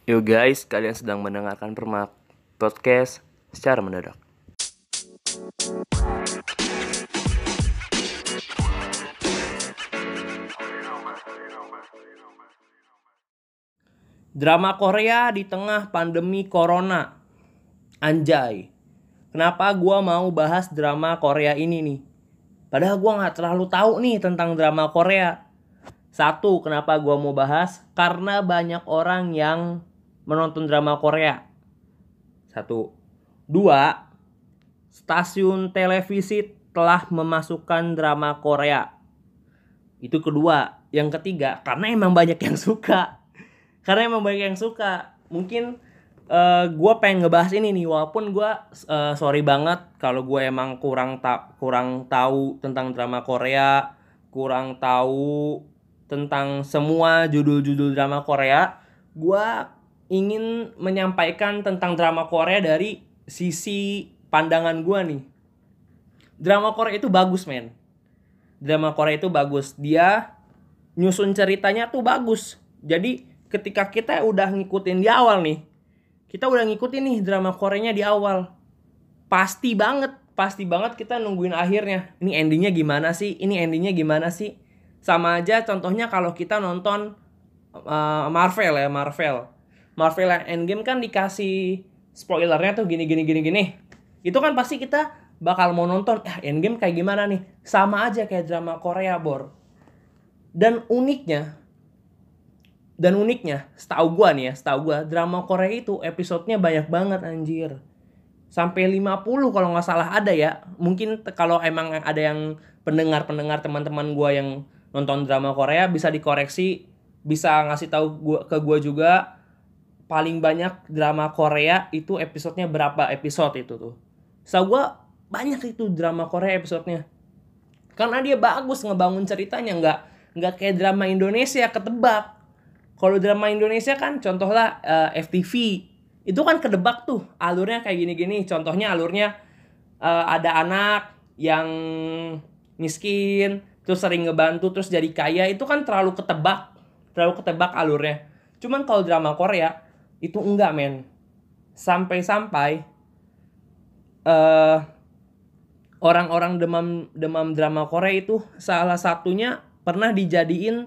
Yo guys, kalian sedang mendengarkan Permak Podcast secara mendadak. Drama Korea di tengah pandemi Corona. Anjay. Kenapa gua mau bahas drama Korea ini nih? Padahal gua nggak terlalu tahu nih tentang drama Korea. Satu, kenapa gua mau bahas? Karena banyak orang yang menonton drama Korea. Satu. Dua, stasiun televisi telah memasukkan drama Korea. Itu kedua. Yang ketiga, karena emang banyak yang suka. Mungkin gue pengen ngebahas ini nih, walaupun gue sorry banget kalau gue emang kurang tahu tentang drama Korea, kurang tahu tentang semua judul-judul drama Korea. Gue ingin menyampaikan tentang drama Korea dari sisi pandangan gue nih. Drama Korea itu bagus, men. Drama Korea itu bagus. Dia nyusun ceritanya tuh bagus. Jadi ketika kita udah ngikutin di awal nih, kita udah ngikutin nih drama Koreanya di awal, pasti banget kita nungguin akhirnya. Ini endingnya gimana sih? Sama aja contohnya kalau kita nonton Marvel yang Endgame kan dikasih spoilernya tuh gini. Itu kan pasti kita bakal mau nonton, Endgame kayak gimana nih? Sama aja kayak drama Korea, Bor. Dan uniknya, setahu gua drama Korea itu episodenya banyak banget, anjir. Sampai 50 kalau nggak salah ada ya. Mungkin kalau emang ada yang pendengar teman-teman gua yang nonton drama Korea bisa dikoreksi, bisa ngasih tahu ke gua juga paling banyak drama Korea itu episodenya berapa episode itu tuh. Setahu gua banyak itu drama Korea episodenya. Karena dia bagus ngebangun ceritanya, nggak kayak drama Indonesia ketebak. Kalau drama Indonesia kan contohnya FTV, itu kan kedebak tuh alurnya kayak gini. Contohnya alurnya ada anak yang miskin terus sering ngebantu terus jadi kaya, itu kan terlalu ketebak alurnya. Cuman kalau drama Korea itu enggak, men. Sampai orang-orang demam drama Korea itu salah satunya pernah dijadiin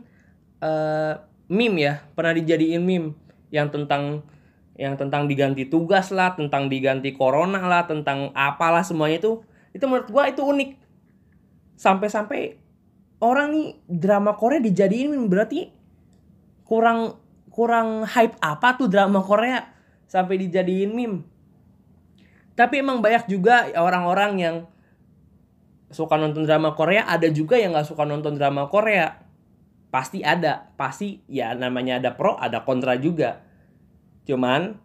meme yang tentang diganti tugas lah, tentang diganti corona lah, tentang apalah semuanya itu menurut gua itu unik. Sampai orang nih drama Korea dijadiin meme, berarti kurang hype apa tuh drama Korea sampai dijadiin meme. Tapi emang banyak juga orang-orang yang suka nonton drama Korea, ada juga yang nggak suka nonton drama Korea. Pasti ya, namanya ada pro ada kontra juga. Cuman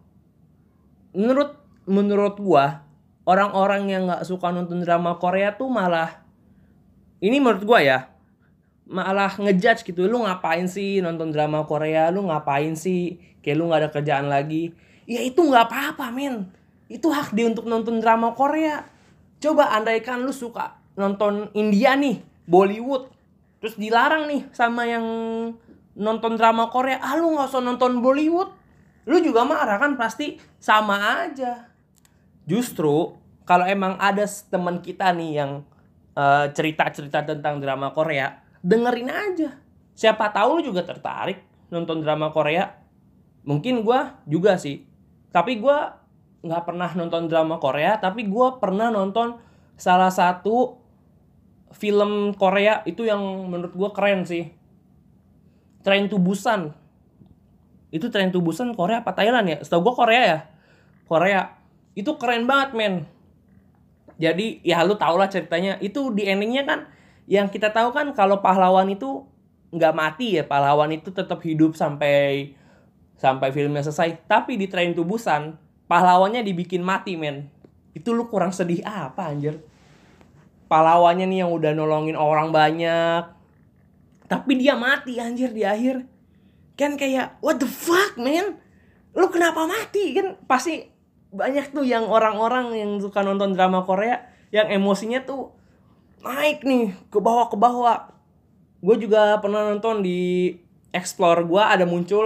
menurut gua, orang-orang yang nggak suka nonton drama Korea tuh malah, ini menurut gua ya, malah ngejudge gitu. Lu ngapain sih nonton drama Korea? Lu ngapain sih? Kayak lu nggak ada kerjaan lagi. Ya itu nggak apa-apa, men. Itu hak dia untuk nonton drama Korea. Coba andaikan lu suka nonton India nih, Bollywood, terus dilarang nih sama yang nonton drama Korea, lu gak usah nonton Bollywood, lu juga marah kan, pasti sama aja. Justru kalau emang ada teman kita nih yang cerita-cerita tentang drama Korea, dengerin aja. Siapa tahu lu juga tertarik nonton drama Korea. Mungkin gue juga sih, tapi gue gak pernah nonton drama Korea, tapi gue pernah nonton salah satu film Korea itu yang menurut gue keren sih. Train to Busan. Itu Train to Busan Korea apa Thailand ya? Setahu gue Korea ya. Korea. Itu keren banget, men. Jadi ya lu tau lah ceritanya. Itu di endingnya kan, yang kita tahu kan kalau pahlawan itu nggak mati ya. Pahlawan itu tetap hidup sampai filmnya selesai. Tapi di Train to Busan pahlawannya dibikin mati, men. Itu lu kurang sedih apa, anjir? Pahlawannya nih yang udah nolongin orang banyak, tapi dia mati, anjir, di akhir. Kan kayak what the fuck, man? Lu kenapa mati? Kan pasti banyak tuh yang orang-orang yang suka nonton drama Korea yang emosinya tuh naik nih ke bawah. Gue juga pernah nonton di Explore gue, ada muncul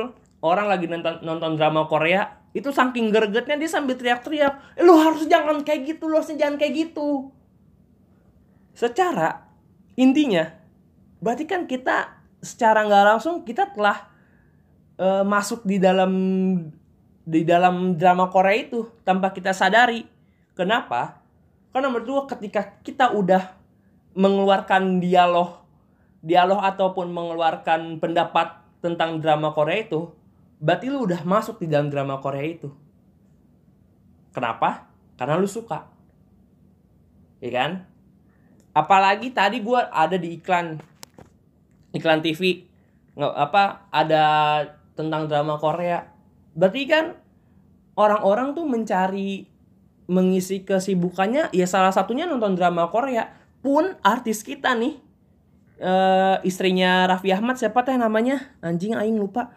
orang lagi nonton drama Korea, itu saking gregetnya dia sambil teriak-teriak, lu harus jangan kayak gitu, lu harus jangan kayak gitu. Secara intinya, berarti kan kita secara nggak langsung kita telah masuk di dalam drama Korea itu tanpa kita sadari. Kenapa? Karena menurut gue ketika kita udah mengeluarkan dialog ataupun mengeluarkan pendapat tentang drama Korea itu, berarti lu udah masuk di dalam drama Korea itu. Kenapa? Karena lu suka. Ya kan? Apalagi tadi gue ada di iklan TV ada tentang drama Korea. Berarti kan orang-orang tuh mengisi kesibukannya ya salah satunya nonton drama Korea. Pun artis kita nih, istrinya Raffi Ahmad, siapa teh namanya? Anjing aing lupa.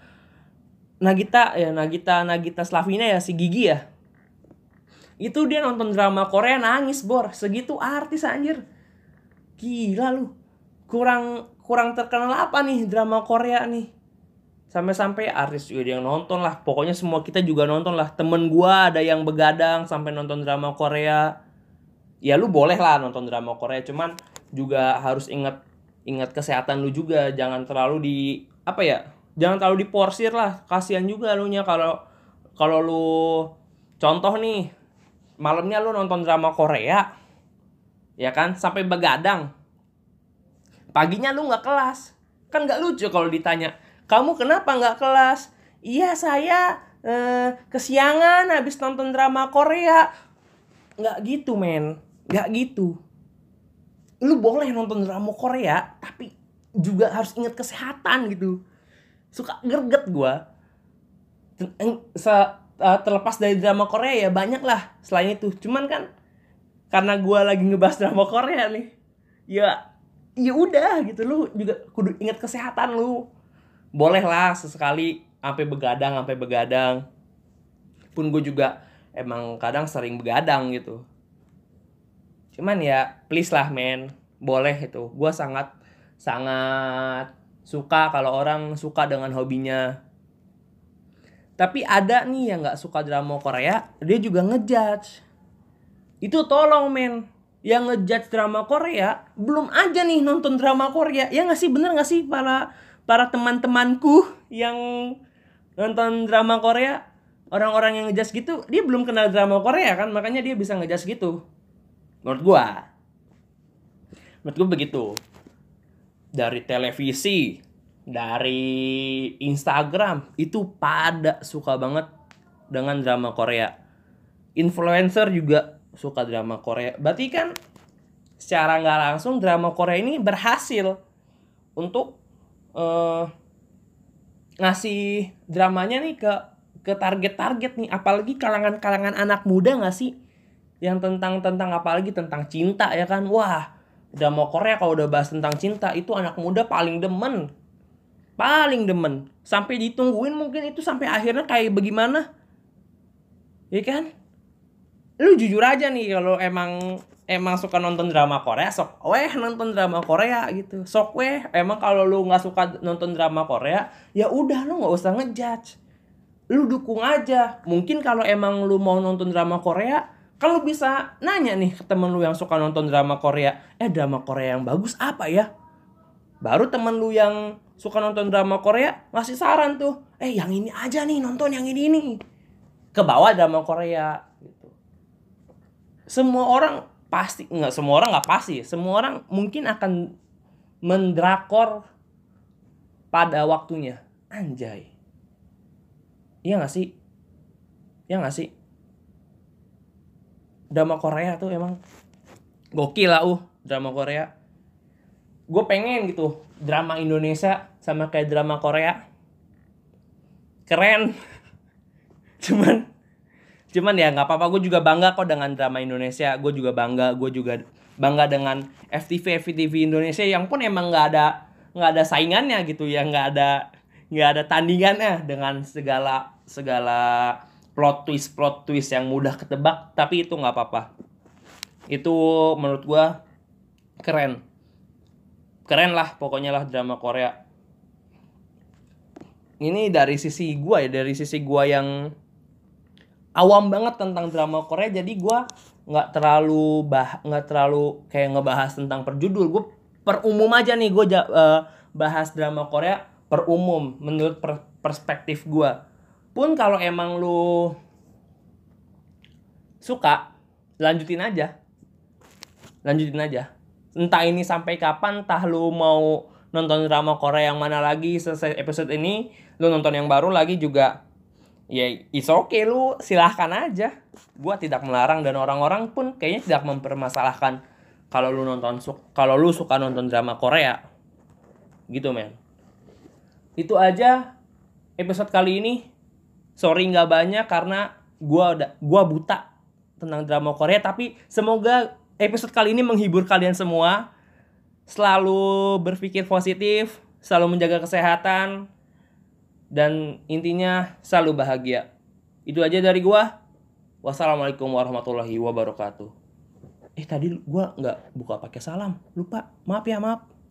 Nagita Slavina ya, si Gigi ya. Itu dia nonton drama Korea nangis, bor. Segitu artis anjir. Gila lu. Kurang terkenal apa nih drama Korea nih? Sampai-sampai artis juga yang nonton lah. Pokoknya semua kita juga nonton lah. Temen gua ada yang begadang sampai nonton drama Korea. Ya lu boleh lah nonton drama Korea, cuman juga harus ingat kesehatan lu juga. Jangan terlalu jangan terlalu diporsir lah. Kasihan juga lu nya kalau lu contoh nih, malamnya lu nonton drama Korea, ya kan, sampai begadang. Paginya lu nggak kelas, kan nggak lucu kalau ditanya, kamu kenapa nggak kelas? Iya saya kesiangan habis nonton drama Korea. Nggak gitu men, nggak gitu. Lu boleh nonton drama Korea, tapi juga harus ingat kesehatan gitu. Suka greget gua. Terlepas dari drama Korea ya banyak lah selain itu. Cuman kan karena gue lagi ngebahas drama Korea nih, ya udah gitu, lu juga kudu ingat kesehatan lu. Boleh lah sesekali sampai begadang. Pun gue juga emang kadang sering begadang gitu. Cuman ya please lah men, boleh itu. Gue sangat suka kalau orang suka dengan hobinya. Tapi ada nih yang gak suka drama Korea, dia juga ngejudge. Itu tolong men, yang ngejudge drama Korea belum aja nih nonton drama Korea. Ya gak sih, bener gak sih para teman-temanku yang nonton drama Korea? Orang-orang yang ngejudge gitu, dia belum kenal drama Korea kan, makanya dia bisa ngejudge gitu. Menurut gue begitu. Dari televisi, dari Instagram, itu pada suka banget dengan drama Korea. Influencer juga suka drama Korea. Berarti kan secara nggak langsung drama Korea ini berhasil untuk ngasih dramanya nih ke target nih. Apalagi kalangan anak muda nggak sih? Yang tentang apalagi tentang cinta ya kan. Wah, drama Korea kalau udah bahas tentang cinta itu anak muda paling demen. Sampai ditungguin mungkin itu sampai akhirnya kayak bagaimana. Ya kan? Lu jujur aja nih kalau emang suka nonton drama Korea, sok nonton drama Korea gitu. Sok emang kalau lu nggak suka nonton drama Korea, ya udah lu nggak usah ngejudge. Lu dukung aja. Mungkin kalau emang lu mau nonton drama Korea, kan lu bisa nanya nih ke temen lu yang suka nonton drama Korea, drama Korea yang bagus apa ya? Baru temen lu yang suka nonton drama Korea ngasih saran tuh, yang ini aja nih, nonton yang ini. Ke bawah drama Korea gitu. Semua orang mungkin akan mendrakor pada waktunya. Anjay. Iya gak sih? Drama Korea tuh emang gokil lah drama Korea. Gue pengen gitu drama Indonesia sama kayak drama Korea. Keren. Cuman ya nggak apa-apa, gue juga bangga kok dengan drama Indonesia. Gue juga bangga dengan FTV Indonesia yang pun emang nggak ada saingannya gitu ya, nggak ada tandingannya dengan segala plot twist yang mudah ketebak. Tapi itu nggak apa-apa. Itu menurut gue keren lah pokoknya lah drama Korea. ini dari sisi gua ya, dari sisi gua yang awam banget tentang drama Korea, jadi gua nggak terlalu kayak ngebahas tentang per judul. Gue per umum aja nih, gue bahas drama Korea per umum menurut perspektif gua. Pun kalau emang lu suka, lanjutin aja. Entah ini sampai kapan, entah lu mau nonton drama Korea yang mana lagi selesai episode ini, lu nonton yang baru lagi juga, ya it's okay, lu silahkan aja. Gua tidak melarang, dan orang-orang pun kayaknya tidak mempermasalahkan kalau lu suka nonton drama Korea. Gitu, men. Itu aja episode kali ini. Sorry nggak banyak karena gua buta tentang drama Korea, tapi semoga episode kali ini menghibur kalian semua. Selalu berpikir positif, selalu menjaga kesehatan, dan intinya selalu bahagia. Itu aja dari gua. Wassalamualaikum warahmatullahi wabarakatuh. Tadi gua nggak buka pakai salam, lupa. Maaf ya, maaf.